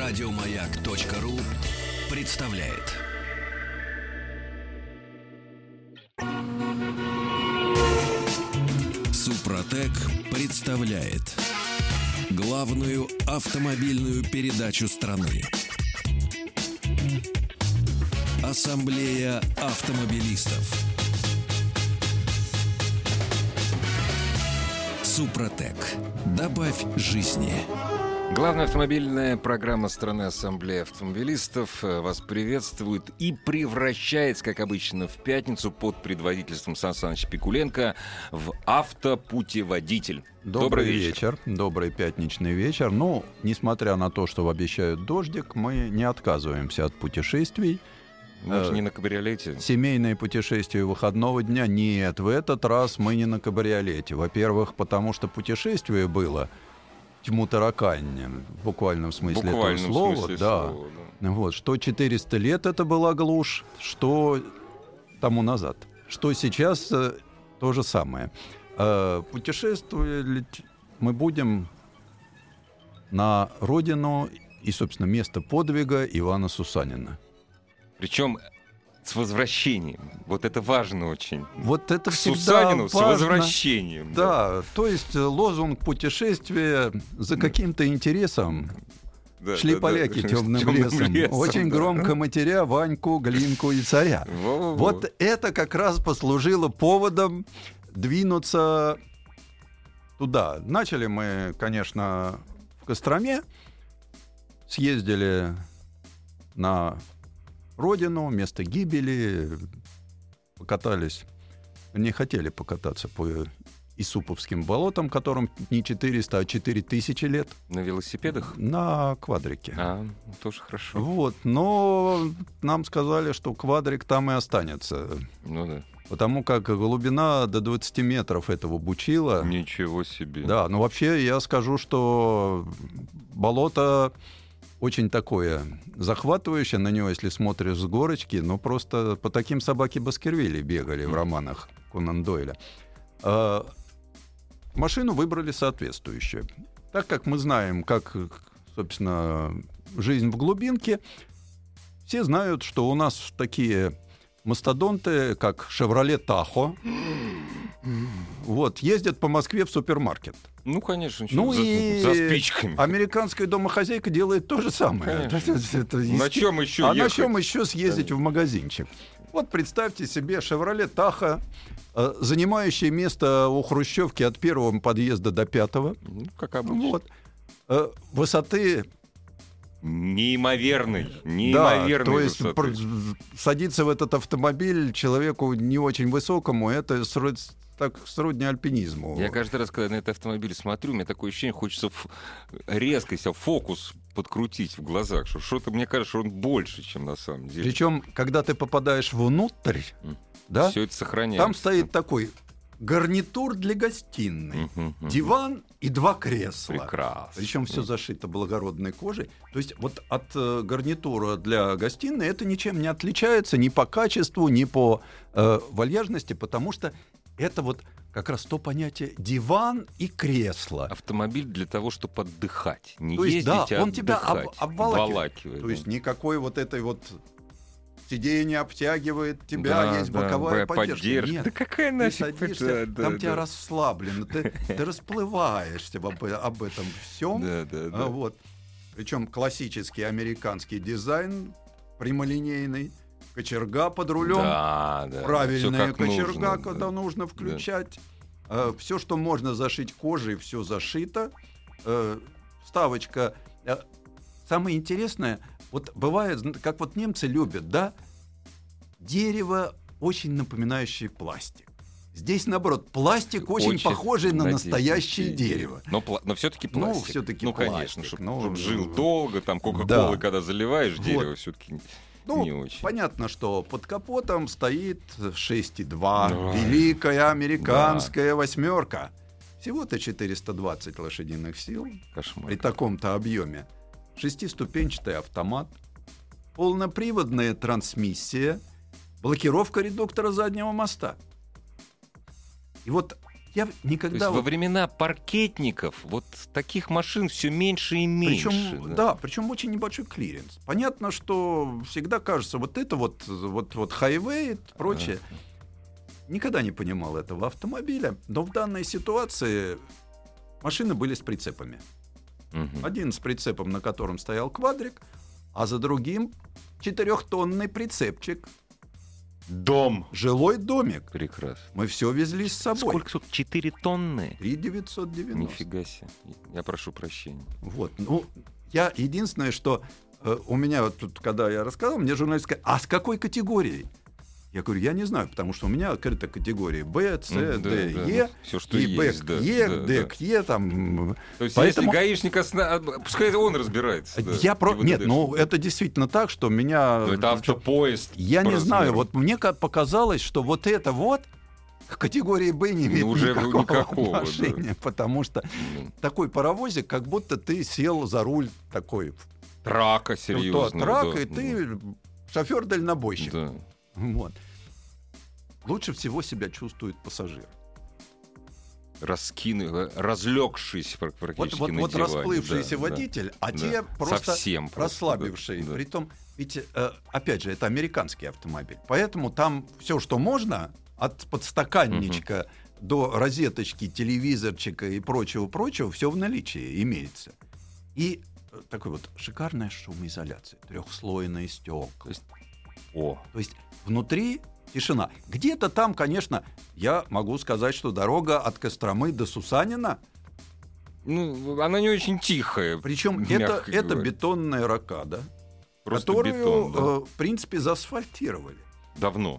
Радиомаяк.ру представляет. Супротек представляет главную автомобильную передачу страны. Ассамблея автомобилистов. Супротек. Добавь жизни. Главная автомобильная программа страны «Ассамблея автомобилистов» вас приветствует и превращается, как обычно, в пятницу под предводительством Сан Саныча Пикуленко в автопутеводитель. Добрый вечер. Добрый пятничный вечер. Ну, несмотря на то, что обещают дождик, мы не отказываемся от путешествий. Мы же не на кабриолете. Семейные путешествия выходного дня. Нет, в этот раз мы не на кабриолете. Во-первых, потому что путешествие было тьму таракань, в буквальном смысле этого слова. Да. Вот, что 400 лет это была глушь, что тому назад. Что сейчас то же самое. Путешествовать мы будем на родину и, собственно, место подвига Ивана Сусанина. Причем с возвращением. Вот это важно очень. Вот это всегда Сусанину важно. С возвращением. Да, то есть лозунг путешествия за каким-то интересом. Да, шли поляки темным лесом, очень громко матеря Ваньку, Глинку и царя. Вот это как раз послужило поводом двинуться туда. Начали мы, конечно, в Костроме, съездили на родину, место гибели, покатались, не хотели покататься по Исуповским болотам, которым не 400, а 4000 лет. На велосипедах? На квадрике. Тоже хорошо. Вот, но нам сказали, что квадрик там и останется. Ну да. Потому как глубина до 20 метров этого бучила. Ничего себе. Да, но вообще я скажу, что болото очень такое захватывающее, на него, если смотришь с горочки, ну просто по таким собаки Баскервилей бегали в романах Конан Дойля. Машину выбрали соответствующую. Так как мы знаем, как, собственно, жизнь в глубинке, все знают, что у нас такие мастодонты, как «Шевроле Тахо», вот, ездят по Москве в супермаркет. Ну, конечно, ну за спичками. Американская домохозяйка делает то же самое. На чем еще ехать? На чем еще съездить в магазинчик? Вот представьте себе «Шевроле Тахо», занимающее место у хрущевки от первого подъезда до пятого. Как обычно. Вот. Высоты неимоверной да, то есть высоты. Садиться в этот автомобиль человеку не очень высокому, это сродни альпинизму. Я каждый раз, когда на этот автомобиль смотрю, у меня такое ощущение, хочется резко себя фокус подкрутить в глазах, что что-то, мне кажется, что он больше, чем на самом деле. Причем, когда ты попадаешь внутрь, да, все это сохраняется. Там стоит такой гарнитур для гостиной, диван и 2 кресла. Прекрасно. Причем все зашито благородной кожей. То есть вот от гарнитура для гостиной это ничем не отличается ни по качеству, ни по вальяжности, потому что это вот как раз то понятие диван и кресло. Автомобиль для того, чтобы отдыхать. Не то есть, ездить, да, а он тебя обволакивает. То есть никакой вот этой вот сиденье обтягивает тебя, да, есть боковая поддержка. Нет, да какая нафиг? Ты садишься, там тебя расслаблено, ты расплываешься об этом всем. Да. Вот. Причем классический американский дизайн, прямолинейный, кочерга под рулем, правильная кочерга, нужно, когда нужно включать. Все, что можно зашить кожей, все зашито. Вставочка. Самое интересное, вот бывает, как вот немцы любят, да, дерево, очень напоминающее пластик. Здесь, наоборот, пластик очень похожий на настоящее дерево. Но все-таки пластик. Ну, все-таки конечно, пластик. Чтобы жил долго, там Кока-Колы, когда заливаешь дерево, все-таки не очень. Понятно, что под капотом стоит 6,2, великая американская восьмерка. Всего-то 420 лошадиных сил. Кошмар. При таком-то объеме. 6-ступенчатый автомат, полноприводная трансмиссия, блокировка редуктора заднего моста. И вот я никогда... То есть во времена паркетников вот таких машин все меньше и меньше. Причем очень небольшой клиренс. Понятно, что всегда кажется, вот это вот хайвей и прочее. Никогда не понимал этого автомобиля, но в данной ситуации машины были с прицепами. Один с прицепом, на котором стоял квадрик, а за другим 4-тонный прицепчик. Дом. Жилой домик. Прекрасно. Мы все везли с собой. Сколько тут? 4 тонны? 3,990. Нифига себе. Я прошу прощения. Вот. Я единственное, что у меня вот тут, когда я рассказал, мне журналист сказал, а с какой категорией? Я говорю, я не знаю, потому что у меня открыта категория Б, С, Д, Е, все, что и есть, Б к Е, Д к Е. Там. То есть если гаишник, пускай он разбирается. Нет, это действительно так, что меня... Это автопоезд. Я не знаю, вот мне показалось, что вот это вот к категории Б не имеет никакого отношения, потому что такой паровозик, как будто ты сел за руль такой... Трака, серьезно. Трака, и ты шофер-дальнобойщик. Да. Вот. Лучше всего себя чувствует пассажир. Разлегшийся практически на диване. Вот расплывшийся водитель, те просто совсем расслабившие. Притом, ведь, опять же, это американский автомобиль. Поэтому там все, что можно, от подстаканничка до розеточки, телевизорчика и прочего, все в наличии имеется. И такой вот шикарная шумоизоляция, 3-слойные стекла. То есть внутри тишина. Где-то там, конечно, я могу сказать, что дорога от Костромы до Сусанина. Она не очень тихая. Причем это бетонная рокада, которую, в принципе, заасфальтировали. Давно.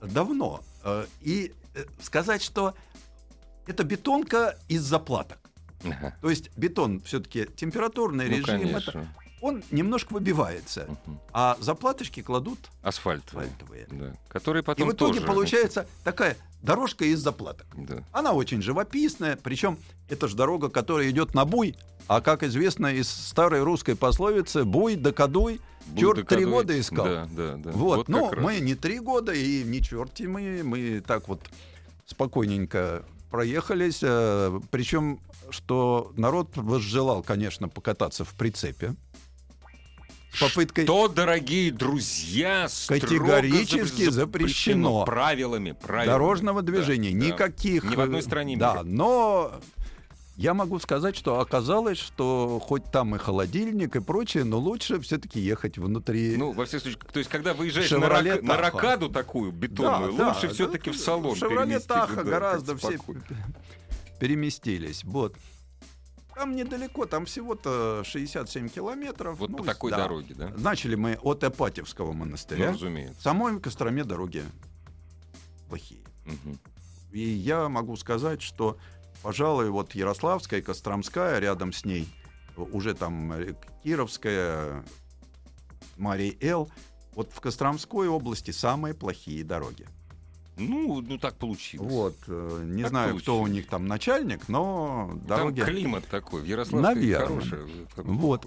И сказать, что это бетонка из заплаток. То есть бетон все-таки температурный режим. Он немножко выбивается, а заплаточки кладут асфальтовые. Да, которые потом и в итоге получается такая дорожка из заплаток. Да. Она очень живописная, причем это же дорога, которая идет на буй, а, как известно из старой русской пословицы, буй да кадуй, черт 3 года искал. Да. Вот. Но мы не 3 года и не черти, мы так вот спокойненько проехались, причем, что народ возжелал, конечно, покататься в прицепе. Попыткой... Что, дорогие друзья, категорически запрещено правилами дорожного движения. Никаких... Ни в одной стране. Да, но я могу сказать, что оказалось, что хоть там и холодильник и прочее, но лучше все-таки ехать внутри. Во всяком случае, то есть, когда выезжаешь на рокаду такую бетонную, лучше все-таки в салон переместиться. В Шевроле Таха гораздо все переместились. Вот. Там недалеко, там всего-то 67 километров. Вот по такой дороге, да? Начали мы от Ипатьевского монастыря. Разумеется. В самой Костроме дороги плохие. И я могу сказать, что, пожалуй, вот Ярославская, Костромская, рядом с ней уже там Кировская, Марий-Эл. Вот в Костромской области самые плохие дороги. Так получилось. Вот, не знаю, кто у них там начальник, но дороги... Там климат такой, в Ярославской хороший. Вот.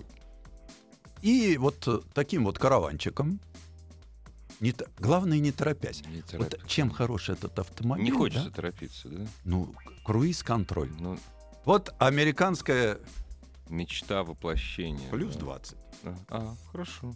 И вот таким вот караванчиком, главное, не торопясь. Вот чем хорош этот автомобиль? Не хочется торопиться, да? Круиз-контроль. Вот американская... Мечта воплощения. Плюс 20. Хорошо.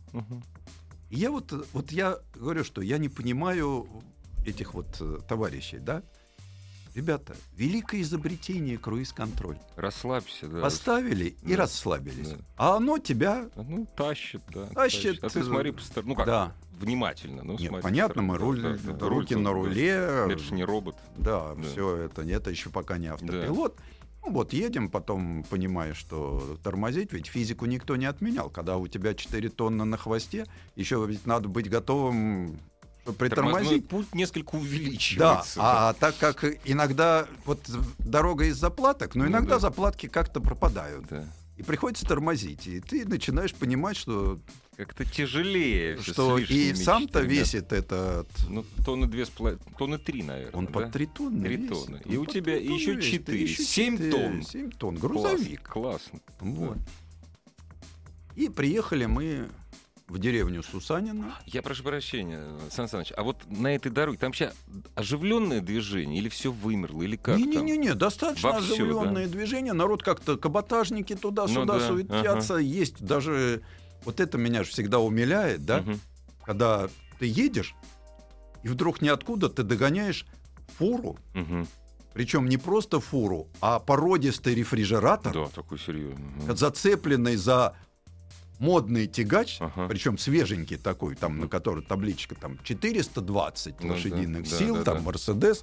Я я говорю, что я не понимаю... этих вот товарищей, да? Ребята, великое изобретение круиз-контроль. Расслабься, да. Поставили и расслабились. Да. А оно тебя... тащит, да. Тащит. А ты смотри по сторонам. Внимательно. Нет, понятно, мы руки на руле. Это же не робот. Да, все это еще пока не автопилот. Да. Едем, потом понимаешь, что тормозить, ведь физику никто не отменял. Когда у тебя 4 тонны на хвосте, еще ведь надо быть готовым... Тормозной путь несколько увеличивается. Да, а так как иногда дорога из заплаток, но иногда заплатки как-то пропадают. Да. И приходится тормозить. И ты начинаешь понимать, что... Как-то тяжелее. Что и сам-то весит этот... Тонны 2,5, тонны 3, наверное. Он под 3 тонны 3 весит. тонны. И у тебя еще 4. 7 тонн. 7 тонн. Грузовик. Классно. Вот. И приехали мы в деревню Сусанино. Я прошу прощения, Сан Саныч, а вот на этой дороге там сейчас оживленное движение или все вымерло, или как там? Не, достаточно Вовсю, оживленное движение. Народ как-то, каботажники туда-сюда суетятся. Есть даже... Вот это меня же всегда умиляет, да? Когда ты едешь, и вдруг ниоткуда ты догоняешь фуру. Причем не просто фуру, а породистый рефрижератор. Да, такой серьезный. Зацепленный за модный тягач, причем свеженький такой, там, на которой табличка там 420 лошадиных сил, там Мерседес.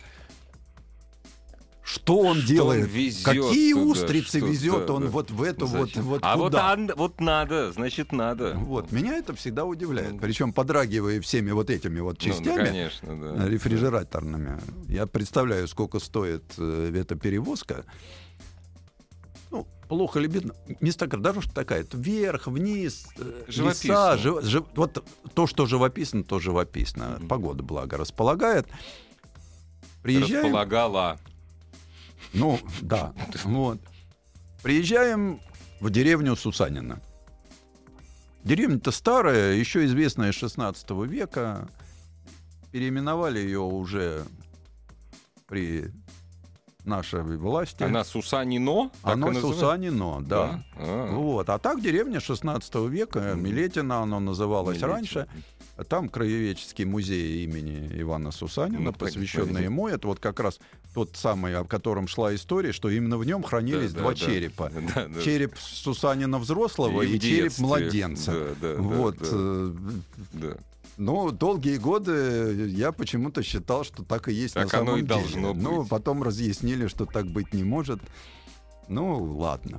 Что он делает? Какие туда, устрицы везет он вот в эту вот куда? Вот надо, значит надо. Вот, меня это всегда удивляет. Причем подрагивая всеми вот этими вот частями рефрижераторными. Я представляю, сколько стоит эта перевозка. Ну, плохо ли бедно? Места, дорожка такая, вверх, вниз, леса. Вот то, что живописно, то живописно. Погода, благо, располагает. Приезжаем... Располагала. Ну, да. Вот. Приезжаем в деревню Сусанино. Деревня-то старая, еще известная с 16 века. Переименовали ее уже при нашей власти. Она Сусанино? Она Сусанино, да. Вот. А так деревня 16 века, Милетино оно называлось раньше. Там краеведческий музей имени Ивана Сусанина, посвященный ему. Это вот как раз тот самый, о котором шла история, что именно в нем хранились два черепа. Череп Сусанина взрослого и череп младенца. Вот. Но долгие годы я почему-то считал, что так и есть так на самом деле. Должно быть. Но потом разъяснили, что так быть не может. Ну, ладно.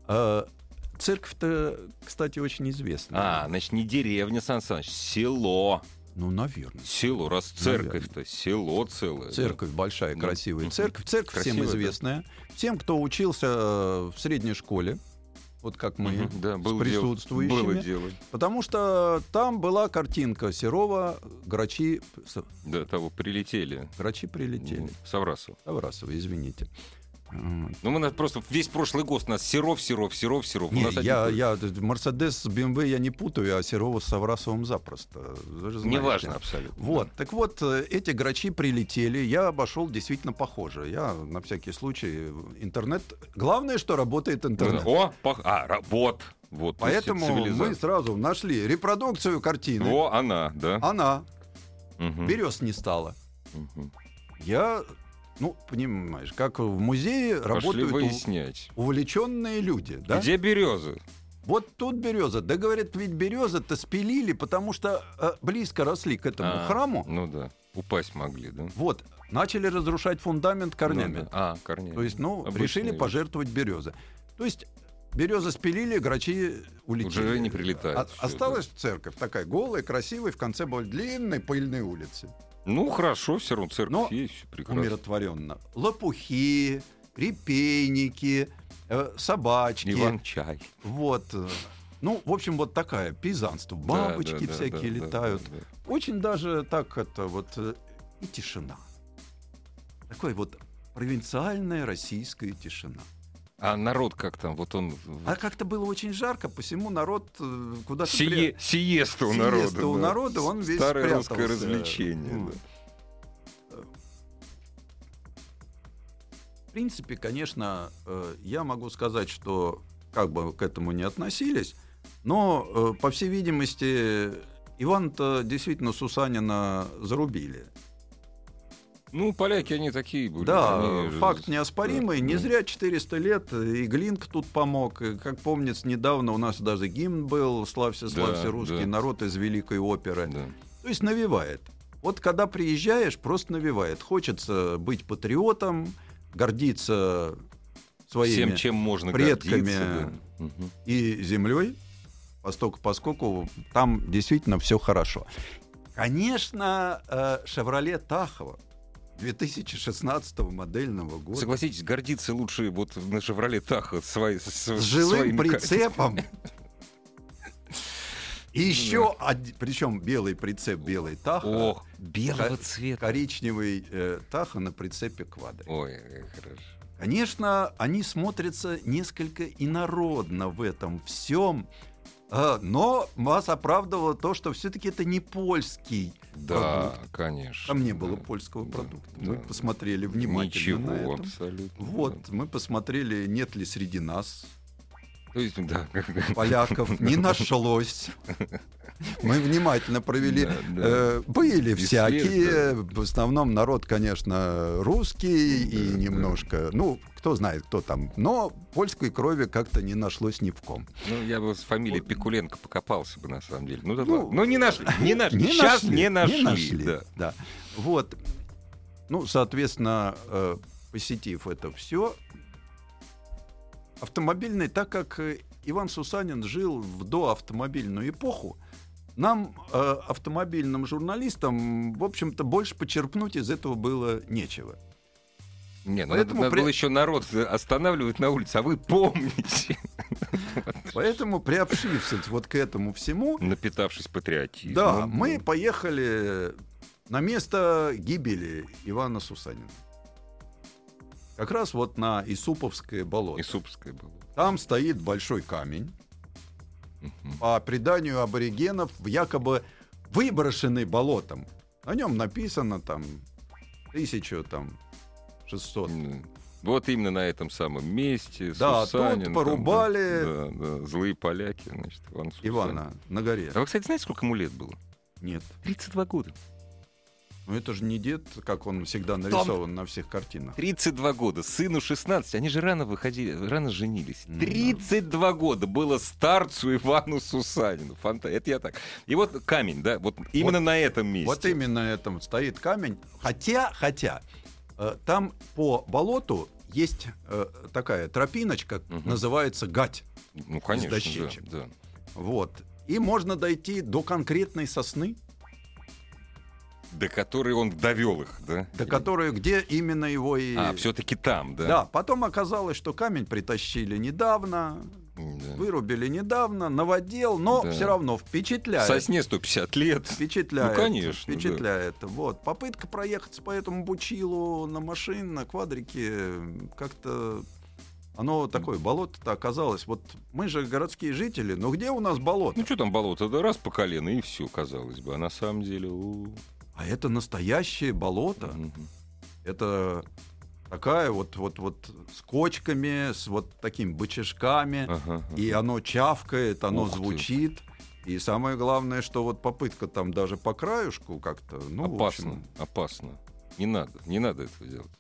Церковь-то, кстати, очень известная. Значит, не деревня, Сан Саныч, село. Ну, наверное. Село, раз церковь-то, село целое. Церковь большая, красивая церковь. Церковь красивая, всем известная. Всем, кто учился в средней школе, вот как мы, с присутствующими. Было дело. Потому что там была картинка Серова, грачи... Да, того прилетели. Грачи прилетели. Саврасов, извините. Ну, мы просто весь прошлый год у нас Серов. Не, я Мерседес с БМВ я не путаю, а Серова с Саврасовым запросто. Неважно абсолютно. Вот, так вот, эти грачи прилетели, я обошел действительно похоже. Я на всякий случай интернет... Главное, что работает интернет. Вот. Поэтому мы сразу нашли репродукцию картины. Она, да? Она. Берез не стало. Я... Ну, понимаешь, как в музее работают увлеченные люди. Да? Где березы? Вот тут береза. Да, говорят, ведь березы-то спилили, потому что близко росли к этому храму. Ну да, упасть могли, да? Вот, начали разрушать фундамент корнями. Корнями. То есть, решили пожертвовать березы. То есть, березы спилили, грачи улетели. Уже не прилетают. Осталась церковь такая голая, красивая, в конце были длинные пыльные улицы. Ну, хорошо, все равно церковь есть, все прекрасно. Умиротворенно. Лопухи, репейники, собачки. Иван-чай. Вот. Ну, в общем, вот такая пейзанство. Бабочки всякие летают. Очень даже так и тишина. Такой вот провинциальная российская тишина. А народ как там? Вот он... А как-то было очень жарко, посему народ куда-то... Сиеста у народа. Сиеста у народа, он весь старое спрятался. Русское развлечение. В принципе, конечно, я могу сказать, что как бы к этому не относились, но, по всей видимости, Ивана-то действительно Сусанина зарубили. Ну, поляки, они такие были. Да, факт неоспоримый. Не зря 400 лет, и Глинк тут помог. И, как помнится, недавно у нас даже гимн был «Славься, славься, русский народ» из великой оперы. Да. То есть навевает. Вот когда приезжаешь, просто навевает. Хочется быть патриотом, гордиться своими всем, чем можно предками и землей, поскольку там действительно все хорошо. Конечно, «Шевроле Тахова» 2016 модельного года. Согласитесь, гордиться лучше вот на «Шевроле Таха» с жилым прицепом. И еще, причем белый прицеп, белый Таха. Ох, белого цвета. Коричневый Таха на прицепе Квадро. Ой, хорошо. Конечно, они смотрятся несколько инородно в этом всем. Но вас оправдывало то, что все-таки это не польский продукт. Конечно. Там не было польского продукта. Мы посмотрели внимательно на это. Ничего, абсолютно. Вот, мы посмотрели, нет ли среди нас То есть, да. поляков. Не нашлось. Мы внимательно провели. Были всякие. В основном народ, конечно, русский и немножко... Кто знает, кто там. Но польской крови как-то не нашлось ни в ком. Я бы с фамилией Пикуленко покопался бы, на самом деле. Не нашли. Сейчас не нашли. Да. Вот. Соответственно, посетив это все, автомобильный, так как Иван Сусанин жил в доавтомобильную эпоху, нам, автомобильным журналистам, в общем-то, больше почерпнуть из этого было нечего. Надо было еще народ останавливать на улице, а вы помните. Поэтому, приобщившись вот к этому всему... Напитавшись патриотизмом. Да, мы поехали на место гибели Ивана Сусанина. Как раз вот на Исуповское болото. Там стоит большой камень. По преданию аборигенов, якобы выброшенный болотом. На нем написано там 1600. Вот именно на этом самом месте. Да, Сусанин, тут порубали злые поляки, значит, Ивана на горе. А вы, кстати, знаете, сколько ему лет было? Нет. 32 года. Это же не дед, как он всегда нарисован на всех картинах. 32 года, сыну 16, они же рано женились. 32 года было старцу Ивану Сусанину. Это я так. И вот камень, да, вот именно на этом месте. Вот именно на этом стоит камень. Хотя, там по болоту есть такая тропиночка, называется гать. Конечно, из дощечек. Да. Вот. И можно дойти до конкретной сосны. До которой он довел их, да? До которой, где именно его и... все-таки там, да? Да, потом оказалось, что камень притащили недавно, вырубили недавно, новодел, но все равно впечатляет. Сосне 150 лет. Впечатляет. Конечно. Впечатляет. Да. Вот. Попытка проехаться по этому Бучилу на машине, на квадрике, как-то... Оно такое, болото-то оказалось. Вот мы же городские жители, но где у нас болото? Что там болото? Да раз по колено, и все, казалось бы. А на самом деле... А это настоящее болото. Это такая вот с кочками, с вот такими бычажками. И оно чавкает, оно звучит. И самое главное, что вот попытка там даже по краюшку как-то... Опасно. Не надо этого делать.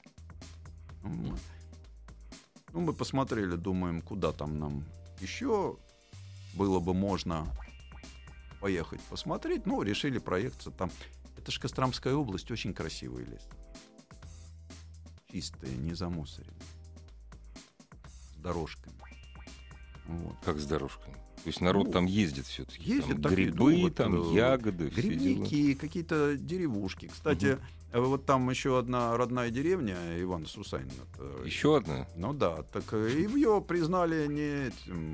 Мы посмотрели, думаем, куда там нам еще было бы можно поехать посмотреть. Решили проехаться там. Это же Костромская область, очень красивый лес. Чистые, не замусоренные. С дорожками. Вот. Как с дорожками? То есть народ там ездит все-таки? Ездит, там грибы, там ягоды. Грибники, какие-то деревушки. Кстати, вот там еще одна родная деревня Ивана Сусанина. Еще одна? Да. Так и ее признали не...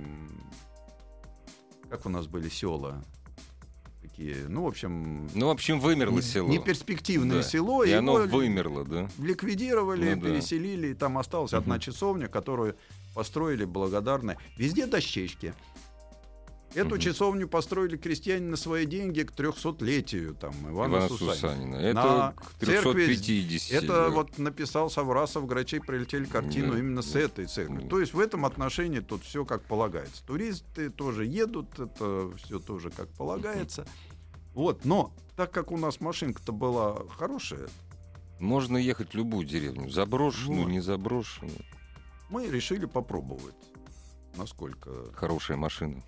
Как у нас были села... В общем, вымерло село. Неперспективное село. И оно вымерло, да? Ликвидировали, переселили. И там осталась одна часовня, которую построили благодарны. Везде дощечки. Эту часовню построили крестьяне на свои деньги к 300-летию Ивана Сусанина. Это к 350. Это вот написал Саврасов, Грачей прилетели картину именно с этой церкви. То есть в этом отношении тут все как полагается. Туристы тоже едут, это все тоже как полагается. Вот, но так как у нас машинка-то была хорошая... Можно ехать в любую деревню, заброшенную, не заброшенную. Мы решили попробовать, насколько... Хорошая машина.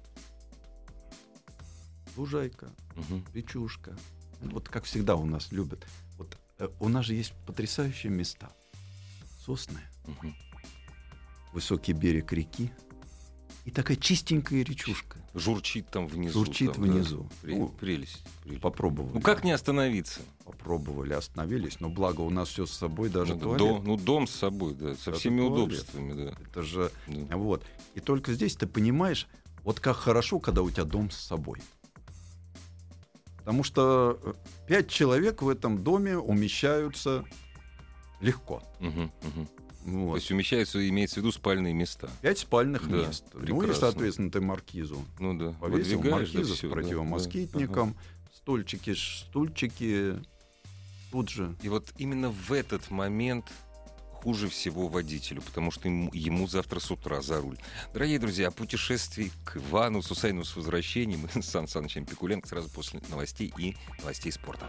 Лужайка, речушка. Вот как всегда у нас любят. Вот у нас же есть потрясающие места. Сосны, высокий берег реки и такая чистенькая речушка. Журчит там внизу. Журчит внизу. Прелесть. Попробовали. Как не остановиться? Попробовали, остановились. Но благо у нас все с собой, даже туалет. Дом с собой, да, со всеми удобствами. Да. Это же... Вот. И только здесь ты понимаешь, вот как хорошо, когда у тебя дом с собой. Потому что 5 человек в этом доме умещаются легко. То есть умещается, имеется в виду спальные места. 5 спальных мест. Прекрасно. Ну и, соответственно, ты маркизу повесил, маркизу с противомоскитником, стульчики тут же. И вот именно в этот момент хуже всего водителю, потому что ему завтра с утра за руль. Дорогие друзья, о путешествии к Ивану Сусанину с возвращением с Сан Санычем Пикуленко сразу после новостей и новостей спорта.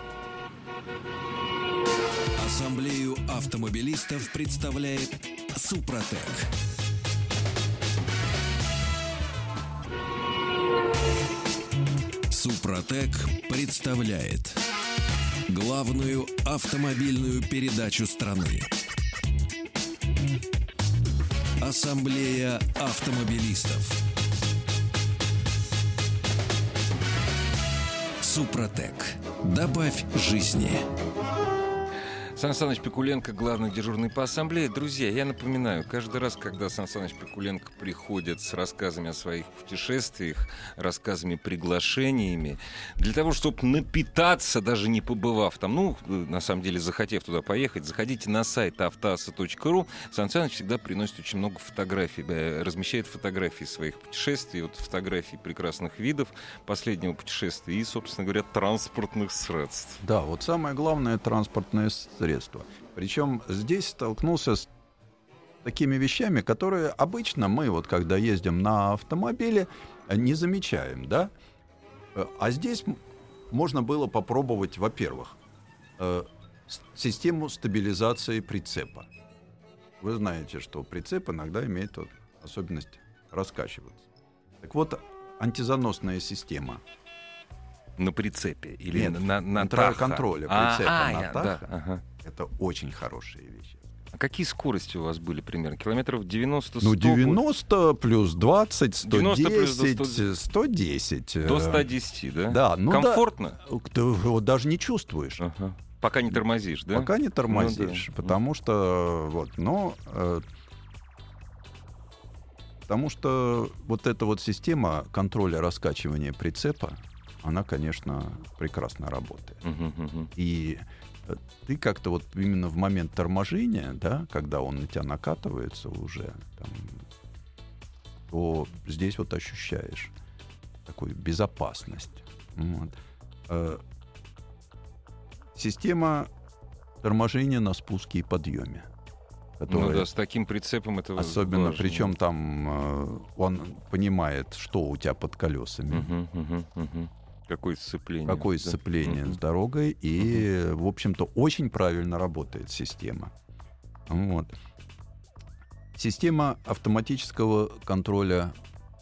Ассамблею автомобилистов представляет Супротек. Супротек представляет главную автомобильную передачу страны. Ассамблея автомобилистов. Супротек. Добавь жизни. Сан Саныч Пикуленко, главный дежурный по ассамблее. Друзья, я напоминаю, каждый раз, когда Сан Саныч Пикуленко приходит с рассказами о своих путешествиях, рассказами, приглашениями, для того, чтобы напитаться, даже не побывав там, на самом деле, захотев туда поехать, заходите на сайт автоаса.ру. Сан Саныч всегда приносит очень много фотографий, размещает фотографии своих путешествий, вот фотографий прекрасных видов последнего путешествия и, собственно говоря, транспортных средств. Да, вот самое главное — транспортное средство. Причем здесь столкнулся с такими вещами, которые обычно мы, вот когда ездим на автомобиле, не замечаем, да? А здесь можно было попробовать, во-первых, систему стабилизации прицепа. Вы знаете, что прицеп иногда имеет особенность раскачиваться. Так вот, антизаносная система. На прицепе? Или Нет, на контроля прицепа на Таха. Да. Это очень хорошие вещи. А какие скорости у вас были примерно? Километров 90-100? 90 плюс 20, 110, 110. 110. До 110, да? Да. Комфортно? Да, ты его даже не чувствуешь. Ага. Пока не тормозишь, да? Пока не тормозишь. Потому что вот эта вот система контроля раскачивания прицепа, она, конечно, прекрасно работает. И ты как-то вот именно в момент торможения, да, когда он на тебя накатывается уже, там, то здесь вот ощущаешь такую безопасность. Вот. Система торможения на спуске и подъеме. С таким прицепом это особенно, важно. Причем там он понимает, что у тебя под колесами. Какое сцепление. Какое сцепление с дорогой. И, в общем-то, очень правильно работает система. Вот. Система автоматического контроля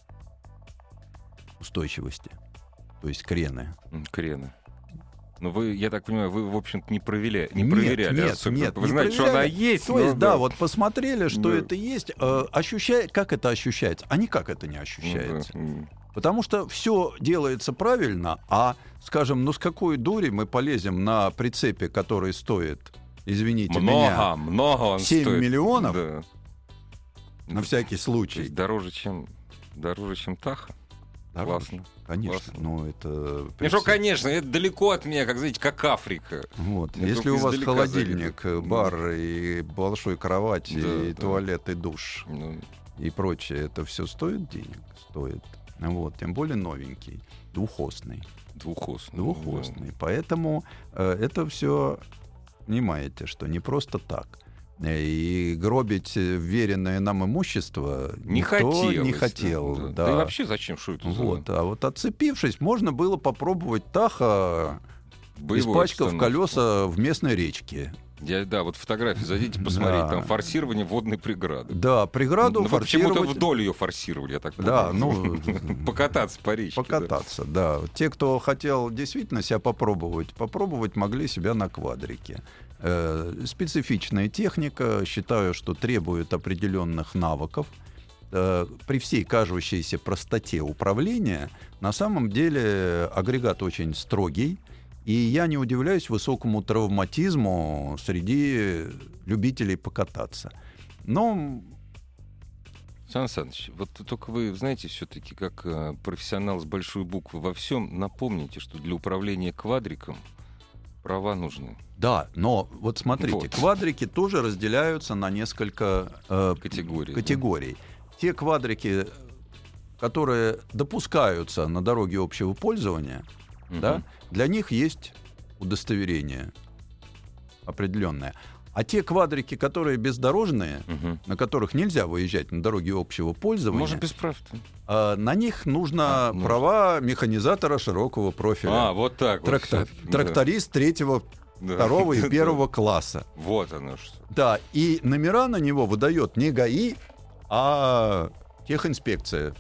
устойчивости. То есть крены. Крены. Но вы, я так понимаю, вы, в общем-то, не проверяли. Нет, вы знаете, что она есть. То есть, вот посмотрели, что это есть. Как это ощущается? А никак это не ощущается. Потому что все делается правильно, а, скажем, с какой дури мы полезем на прицепе, который стоит, извините меня, много 7 стоит. миллионов, Да. На всякий случай. То есть дороже, чем Таха? Классно. Конечно. Классно. Ну, это... Конечно, это далеко от меня, как Африка. Вот. Если у вас холодильник, бар и большой кровать, и туалет, и душ, и прочее, это все стоит денег? Стоит. Вот. Тем более новенький, двухосный. Двухосный. Поэтому это все, понимаете, что не просто так. И гробить веренное нам имущество никто не хотел. Да и вообще зачем, что это вот. А вот отцепившись, можно было попробовать Таха, испачкав колеса в местной речке. Вот фотографии зайдите, посмотрите, там форсирование водной преграды. Да, преграду форсировать... Почему-то вдоль ее форсировали, я так понимаю. Да, покататься по речке. Покататься, да. Те, кто хотел действительно себя попробовать могли себя на квадрике. Специфичная техника, считаю, что требует определенных навыков. При всей кажущейся простоте управления, на самом деле агрегат очень строгий, и я не удивляюсь высокому травматизму среди любителей покататься. Но... Сан Саныч, вот только вы знаете, все-таки как профессионал с большой буквы во всем, напомните, что для управления квадриком Права нужны. Да, но вот смотрите, квадрики тоже разделяются на несколько категорий. Да? Те квадрики, которые допускаются на дороге общего пользования, да, для них есть удостоверение определенное. А те квадрики, которые бездорожные, на которых нельзя выезжать на дороге общего пользования, можно без прав. На них нужно права механизатора широкого профиля. Вот так. Тракторист третьего, второго и первого класса. Вот оно что. Да, и номера на него выдает не ГАИ, а техинспекция.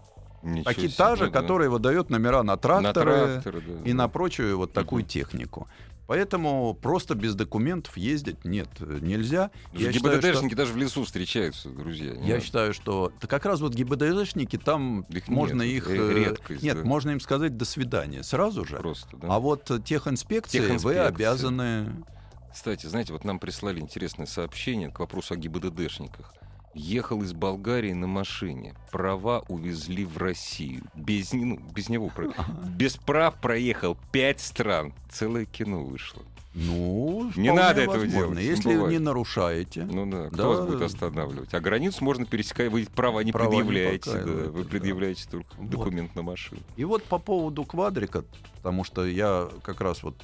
Та же, которая выдает номера на тракторы и на прочую вот такую технику. Поэтому просто без документов ездить нельзя. ГИБДДшники даже в лесу встречаются, друзья. Я считаю, что как раз вот ГИБДДшники, там можно их... редкость, можно им сказать «до свидания» сразу же. Просто, да? А вот техинспекции вы обязаны... Кстати, знаете, вот нам прислали интересное сообщение к вопросу о ГИБДДшниках. Ехал из Болгарии на машине. Права увезли в Россию. Без него. Без прав проехал 5 стран. Целое кино вышло. Не надо этого делать. Если не нарушаете. Кто вас будет останавливать? А границу можно пересекать. Вы права не предъявляете. Вы предъявляете только документ на машину. И вот по поводу квадрика, потому что я как раз вот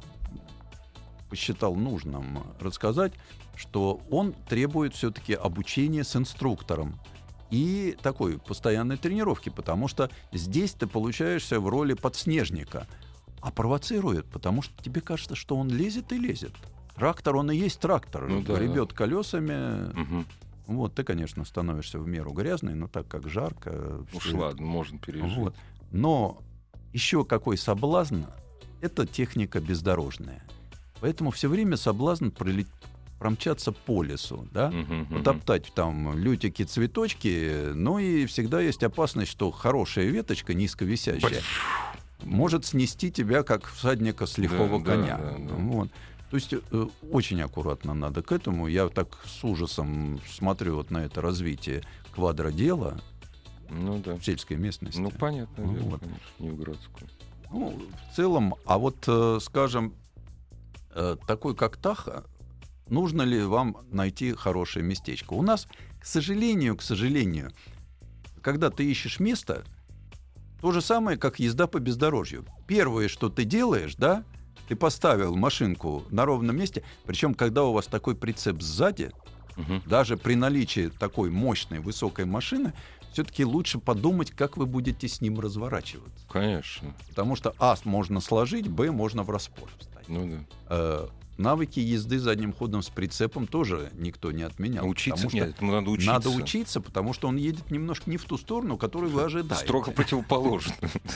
посчитал нужным рассказать, что он требует все-таки обучения с инструктором и такой постоянной тренировки, потому что здесь ты получаешься в роли подснежника, а провоцирует, потому что тебе кажется, что он лезет и лезет. Трактор, он и есть трактор, гребет колесами. Вот, ты, конечно, становишься в меру грязный, но так как жарко... Ладно, можно пережить. Вот. Но еще какой соблазн, это техника бездорожная. Поэтому все время соблазн промчаться по лесу, да, потоптать там лютики, цветочки, ну и всегда есть опасность, что хорошая веточка, низковисящая, может снести тебя, как всадника с лихого коня. Вот. То есть очень аккуратно надо к этому. Я так с ужасом смотрю вот на это развитие квадродела в сельской местности. Понятно, конечно, не в городской. В целом, а вот, скажем, такой как Таха, нужно ли вам найти хорошее местечко? У нас, к сожалению, когда ты ищешь место, то же самое, как езда по бездорожью. Первое, что ты делаешь, да, ты поставил машинку на ровном месте, причем, когда у вас такой прицеп сзади, даже при наличии такой мощной, высокой машины, все-таки лучше подумать, как вы будете с ним разворачиваться. Конечно. Потому что можно сложить, можно в распор встать. Навыки езды задним ходом с прицепом тоже никто не отменял. Надо учиться. Надо учиться, потому что он едет немножко не в ту сторону, которую вы ожидаете. Строго противоположно.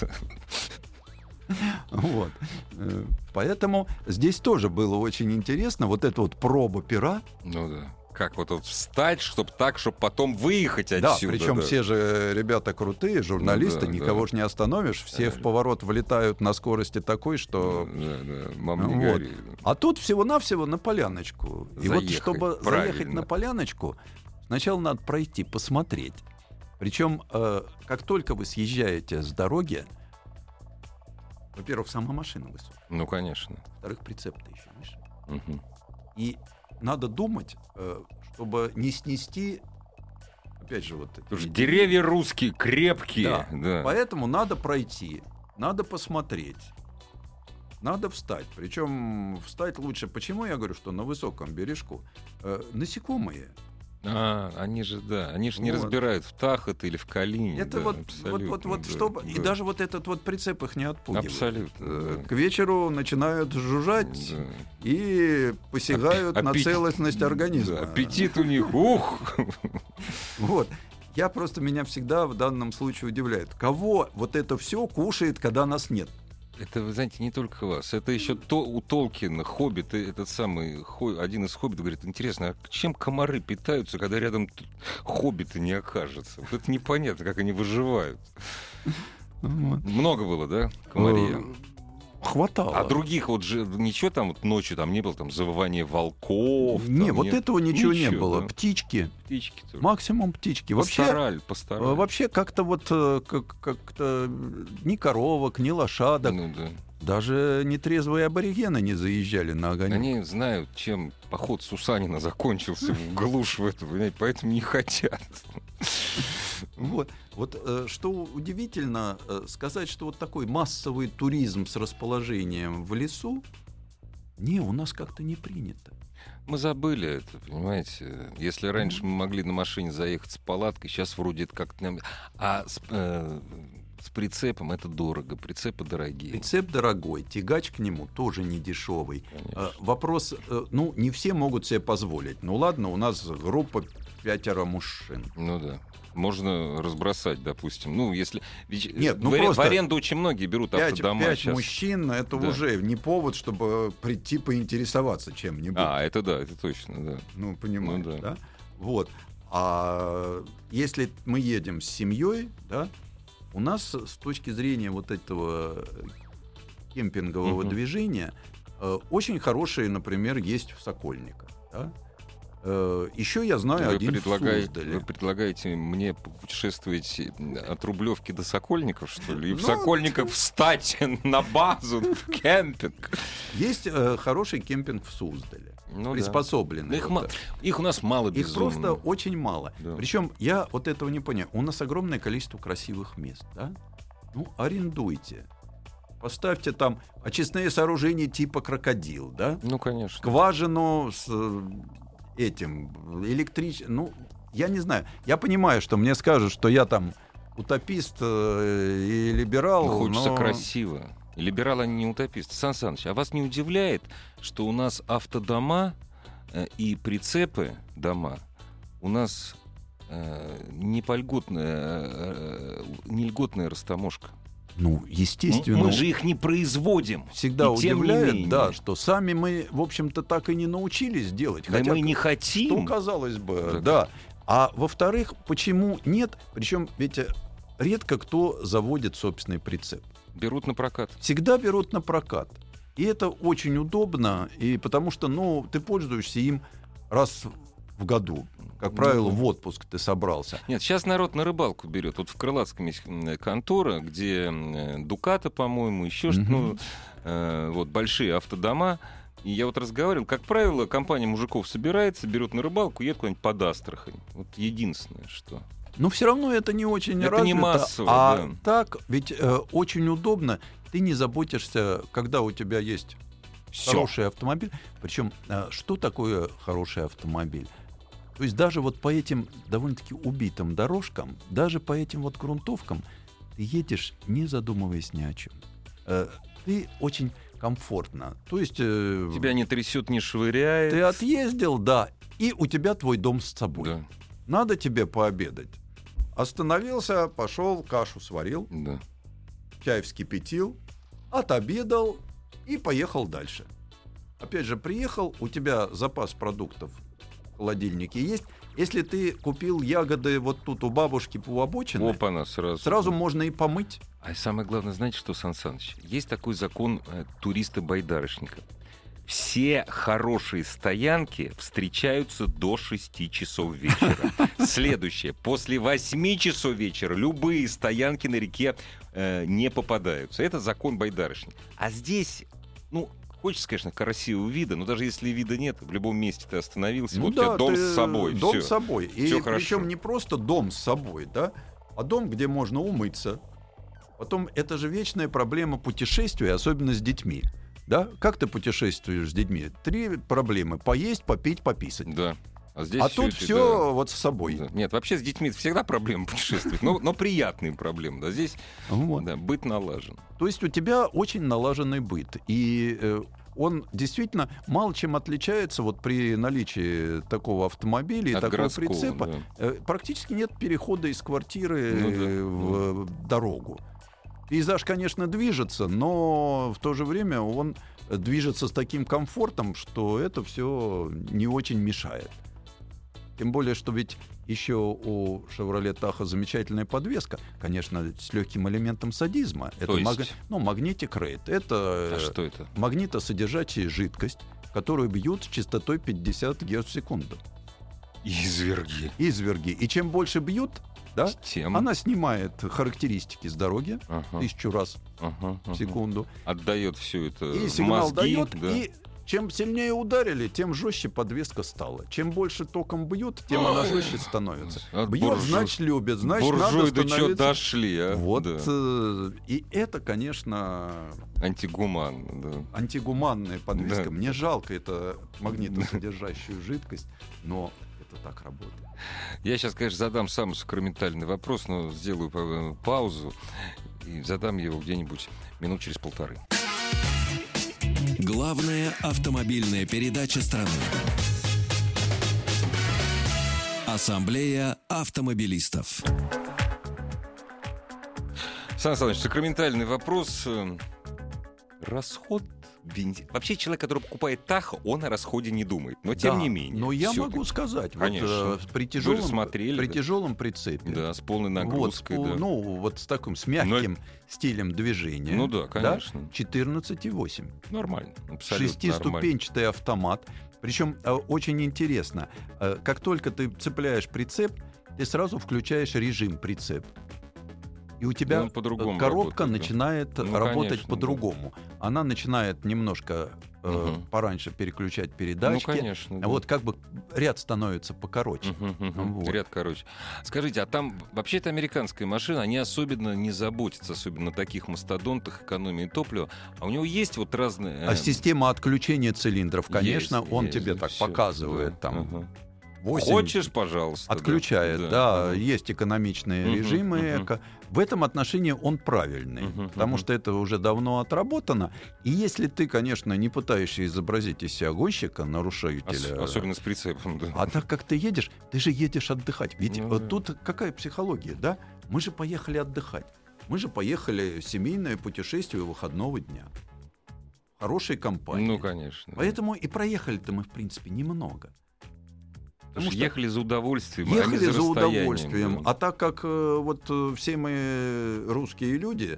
Вот. Поэтому здесь тоже было очень интересно. Вот эта вот проба пера. Как вот встать, чтобы потом выехать отсюда. Да, причем все же ребята крутые, журналисты, никого же не остановишь. Все в поворот влетают на скорости такой, что... Мама не гори. А тут всего-навсего на поляночку. И вот чтобы заехать на поляночку, сначала надо пройти, посмотреть. Причем, как только вы съезжаете с дороги, во-первых, сама машина высокая. Конечно. Во-вторых, прицеп-то еще выше. И надо думать, чтобы не снести, опять же, вот... Деревья русские, крепкие. Да. Поэтому надо пройти, надо посмотреть, надо встать. Причем встать лучше. Почему я говорю, что на высоком бережку? Насекомые. Они же не разбирают, в Тахо или в Калине. Это чтобы... И даже вот этот вот прицеп их не отпугивает. Абсолютно. К вечеру начинают жужжать и посягают на целостность организма. Аппетит у них, ух! Вот. Меня всегда в данном случае удивляет. Кого вот это все кушает, когда нас нет? Это, вы знаете, не только вас. Это еще у Толкина, Хоббит, один из хоббитов говорит, интересно, а чем комары питаются, когда рядом хоббиты не окажется? Вот это непонятно, как они выживают. Много было, да, комарья? Хватало. А других ничего там ночью там не было, там завывание волков? Этого ничего не было. Да? Птички тоже. Максимум птички. Пастораль. Вообще как-то как-то ни коровок, ни лошадок. Даже нетрезвые аборигены не заезжали на огонек. Они знают, чем поход Сусанина закончился в глушь в эту, поэтому не хотят. Вот что удивительно, сказать, что вот такой массовый туризм с расположением в лесу, у нас как-то не принято. Мы забыли это, понимаете. Если раньше мы могли на машине заехать с палаткой, сейчас вроде это как-то... А с прицепом это дорого, прицепы дорогие. Прицеп дорогой, тягач к нему тоже не дешевый. Вопрос, не все могут себе позволить. Ну ладно, у нас группа 5 мужчин. Ну да. Можно разбросать, допустим. Если... просто в аренду очень многие берут автодома. 5 мужчин — это уже не повод, чтобы прийти поинтересоваться чем-нибудь. Это да, это точно, да. Понимаешь, да? Вот. А если мы едем с семьей, да, у нас с точки зрения вот этого кемпингового движения очень хорошие, например, есть в Сокольниках. Да? Еще я знаю один в Суздале. Вы предлагаете мне путешествовать от Рублевки до Сокольников, что ли? И в Сокольниках встать на базу, в кемпинг. Есть хороший кемпинг в Суздале. Приспособленный. Их у нас мало, безумно. Их просто очень мало. Да. Причем я вот этого не понял. У нас огромное количество красивых мест. Да? Арендуйте. Поставьте там очистные сооружения типа крокодил. Да? Конечно. Скважину с... я не знаю. Я понимаю, что мне скажут, что я там утопист и либерал. Хочется красиво. И либералы, они не утописты. Сан Саныч, а вас не удивляет, что у нас автодома и прицепы дома у нас не льготная растаможка? Естественно. Мы же их не производим. Всегда удивляет, что сами мы, в общем-то, так и не научились делать. Да, мы не хотим. Что, казалось бы, да. А во-вторых, почему нет? Причем ведь редко кто заводит собственный прицеп. Берут на прокат. Всегда берут на прокат. И это очень удобно, и потому что, ты пользуешься им раз в году. Как правило, в отпуск ты собрался. Нет, сейчас народ на рыбалку берет. Вот в Крылатском есть контора, где Дуката, по-моему, еще что-то, большие автодома. И я разговаривал, как правило, компания мужиков собирается, берут на рыбалку, едут куда-нибудь под Астрахань. Вот единственное, что... Но все равно это не очень развито. Это не массово, так, ведь очень удобно. Ты не заботишься, когда у тебя есть хороший автомобиль. Причем, что такое хороший автомобиль? То есть даже по этим довольно-таки убитым дорожкам, даже по этим грунтовкам ты едешь, не задумываясь ни о чем. Ты очень комфортно. То есть... Тебя не трясет, не швыряет. Ты отъездил, да, и у тебя твой дом с собой. Да. Надо тебе пообедать. Остановился, пошел, кашу сварил, чай вскипятил, отобедал и поехал дальше. Опять же, приехал, у тебя запас продуктов в холодильнике есть. Если ты купил ягоды тут у бабушки по обочине, сразу можно и помыть. А самое главное, знаете что, Сан Саныч? Есть такой закон туриста-байдарочника. Все хорошие стоянки встречаются до 6 часов вечера. Следующее. После 8 часов вечера любые стоянки на реке не попадаются. Это закон байдарочника. А здесь, хочется, конечно, красивого вида, но даже если вида нет, в любом месте ты остановился, у тебя дом с собой. Дом с собой. И причем не просто дом с собой, да, а дом, где можно умыться. Потом, это же вечная проблема путешествия, особенно с детьми. Да? Как ты путешествуешь с детьми? 3 проблемы: поесть, попить, пописать. Да. А тут все с собой. Да. Нет, вообще с детьми всегда проблема путешествовать, но приятные проблемы. Да, здесь быт налажен. То есть у тебя очень налаженный быт. И он действительно мало чем отличается при наличии такого автомобиля и такого прицепа. Да. Практически нет перехода из квартиры в дорогу. Пейзаж, конечно, движется, но в то же время он движется с таким комфортом, что это все не очень мешает. Тем более, что ведь еще у Chevrolet Tahoe замечательная подвеска, конечно, с легким элементом садизма. Это Magnetic Rate. Это, что это? Магнитосодержащая жидкость, которую бьют с частотой 50 Гц в секунду. Изверги. И чем больше бьют, Да? Тем. Она снимает характеристики с дороги 1000 раз в секунду. Отдает все это и в сигнал мозги, дает, да. и чем сильнее ударили, тем жестче подвеска стала. Чем больше током бьют, тем она жестче становится. Бьет, значит, любит, значит, надо до чего становиться... дошли, а? Вот, да. И это, конечно... Антигуманно, да. Антигуманная подвеска. Да. Мне жалко эту магнитосодержащую жидкость, но это так работает. Я сейчас, конечно, задам самый сакраментальный вопрос, но сделаю паузу и задам его где-нибудь минут через 1,5. Главная автомобильная передача страны. Ассамблея автомобилистов. Сан Саныч, сакраментальный вопрос. Расход бензина. Вообще человек, который покупает Тахо, он о расходе не думает. Но тем не менее. Но я могу сказать, конечно, вот, при смотрели, тяжелом прицепе. Да, с полной нагрузкой. Вот, да. Ну, вот с таким, с мягким стилем движения. Ну да, конечно. 14,8. Нормально, абсолютно Шестиступенчатый автомат. Причем очень интересно, как только ты цепляешь прицеп, ты сразу включаешь режим прицеп. И у тебя коробка работает, начинает работать конечно, по-другому. Да. Она начинает немножко пораньше переключать передачки. Ну, конечно. Да. Вот как бы ряд становится покороче. Вот. Ряд короче. Скажите, а там вообще-то американская машина, они особенно не заботятся, особенно на таких мастодонтах экономии топлива. А у него есть вот разные... А система отключения цилиндров, конечно, он тебе так всё, показывает. Да. Там 8... Хочешь, пожалуйста. Отключает, да. Есть экономичные режимы. В этом отношении он правильный, потому что это уже давно отработано. И если ты, конечно, не пытаешься изобразить из себя гонщика, нарушителя... Особенно с прицепом, да. А так как ты едешь, ты же едешь отдыхать. Ведь тут какая психология, да? Мы же поехали отдыхать. Мы же поехали в семейное путешествие выходного дня. Хорошей компании. Ну, конечно. Поэтому и проехали-то мы, в принципе, немного. Потому что ехали за удовольствием, ехали а не за удовольствием. Да. А так как вот все мы русские люди,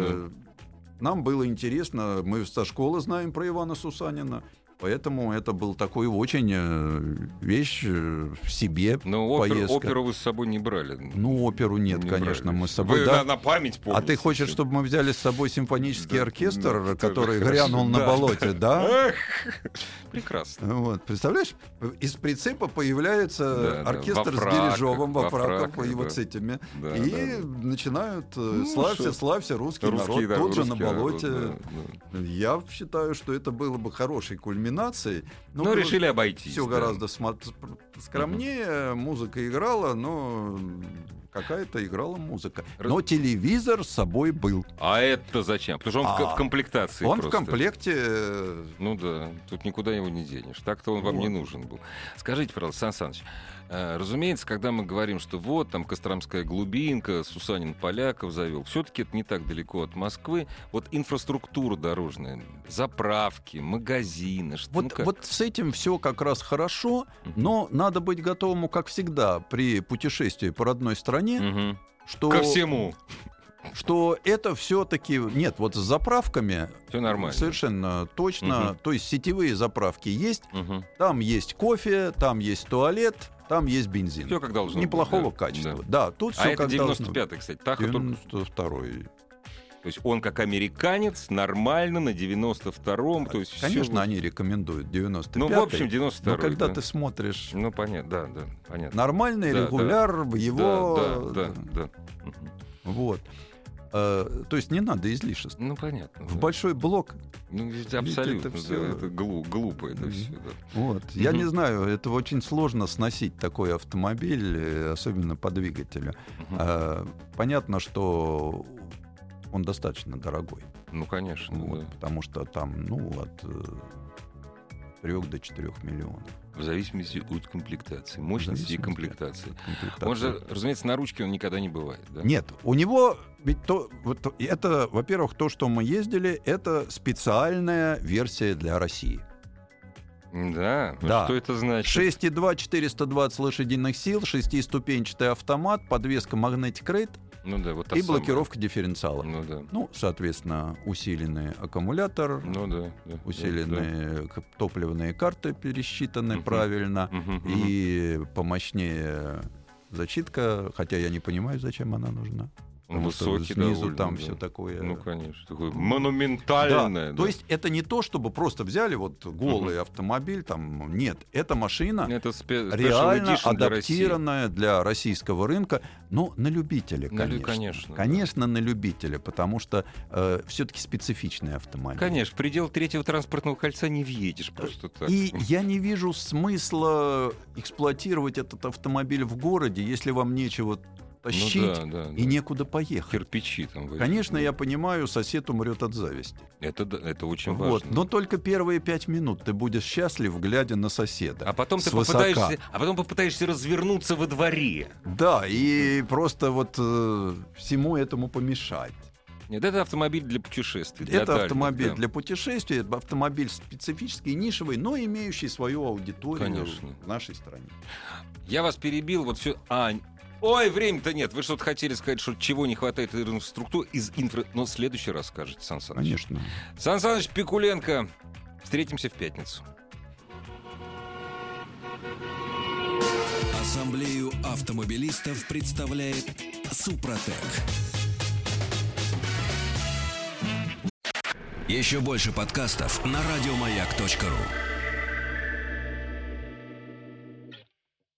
нам было интересно, мы со школы знаем про Ивана Сусанина, поэтому это был такой очень вещь в себе. Но оперу вы с собой не брали. Ну, оперу нет, не конечно, брали. мы с собой... Вы да. на память помните. А ты хочешь, чтобы мы взяли с собой симфонический оркестр, который хорошо. грянул на болоте, да? Прекрасно. Вот, представляешь, из прицепа появляется оркестр с Дирижовым во фраках и вот с этими. И начинают славься, русский народ, тут же на болоте. Я считаю, что это было бы хорошей кульминацией. Но решили обойтись. Все гораздо скромнее, музыка играла, но... Какая-то играла музыка. Но телевизор с собой был. А это зачем? Потому что он в комплектации. Он просто. В комплекте. Ну да, тут никуда его не денешь. Так-то он вам не нужен был. Скажите, пожалуйста, Сан Саныч, разумеется, когда мы говорим, что вот там Костромская глубинка, Сусанин поляков завел, все-таки это не так далеко от Москвы. Вот инфраструктура дорожная, заправки, магазины. Вот с этим все как раз хорошо, но надо быть готовым, как всегда, при путешествии по родной стране, что... Ко всему. Что это все-таки... Нет, вот с заправками все нормально. Совершенно точно. То есть сетевые заправки есть, там есть кофе, там есть туалет, там есть бензин. Все как должно неплохого быть, качества. Да, тут все это как 95-й, кстати. Тахо 92-й. То есть он как американец нормально на 92-м. То есть конечно, все... они рекомендуют 95-й. Ну, в общем, 92-й. Но когда ты смотришь... Ну, понятно, да, понятно. Нормальный регуляр в его... Да. Вот. То есть не надо излишеств. Ну, понятно. В большой блок... Ну, абсолютно. Это глупо это все. Да. Вот. Я не знаю, это очень сложно сносить такой автомобиль, особенно по двигателю. Понятно, что он достаточно дорогой. Ну, конечно. Вот, да. Потому что там, от 3 до 4 миллионов. В зависимости от комплектации, мощности и комплектации. Он же, разумеется, на ручке он никогда не бывает. Да? Нет, у него ведь это, во-первых, то, что мы ездили, это специальная версия для России. Да. Что это значит? 6,2, 420 лошадиных сил, 6-ступенчатый автомат, подвеска Magnetic Rate. Ну да, вот и блокировка дифференциала. Ну, да. Соответственно, усиленный аккумулятор, усиленные топливные карты пересчитаны правильно, и помощнее Защитка, хотя я не понимаю, зачем она нужна. Потому высокий, что снизу довольно, там да. все такое. Ну, конечно. Такое монументальное. Да. Да. То есть это не то, чтобы просто взяли вот голый автомобиль. Там, нет, эта машина это реально адаптированная для российского рынка. Но на любителя, конечно. Конечно, на любителя, потому что все-таки специфичный автомобиль. Конечно, в пределы третьего транспортного кольца не въедешь просто так. И я не вижу смысла эксплуатировать этот автомобиль в городе, если вам нечего тащить и некуда поехать. Кирпичи там. Конечно, я понимаю, сосед умрет от зависти. Это очень вот. важно. Но только первые 5 минут ты будешь счастлив, глядя на соседа. А потом ты попытаешься развернуться во дворе. Да, и просто вот всему этому помешать. Нет, это автомобиль для путешествий. Это автомобиль для путешествий, автомобиль специфический, нишевый, но имеющий свою аудиторию в нашей стране. Я вас перебил, вот все. Ой, времени-то нет. Вы что-то хотели сказать, что чего не хватает из инфраструктуры, но в следующий раз скажете, Сан Саныч. Конечно. Сан Саныч Пикуленко. Встретимся в пятницу. Ассамблею автомобилистов представляет Супротек. Еще больше подкастов на радиомаяк.ру.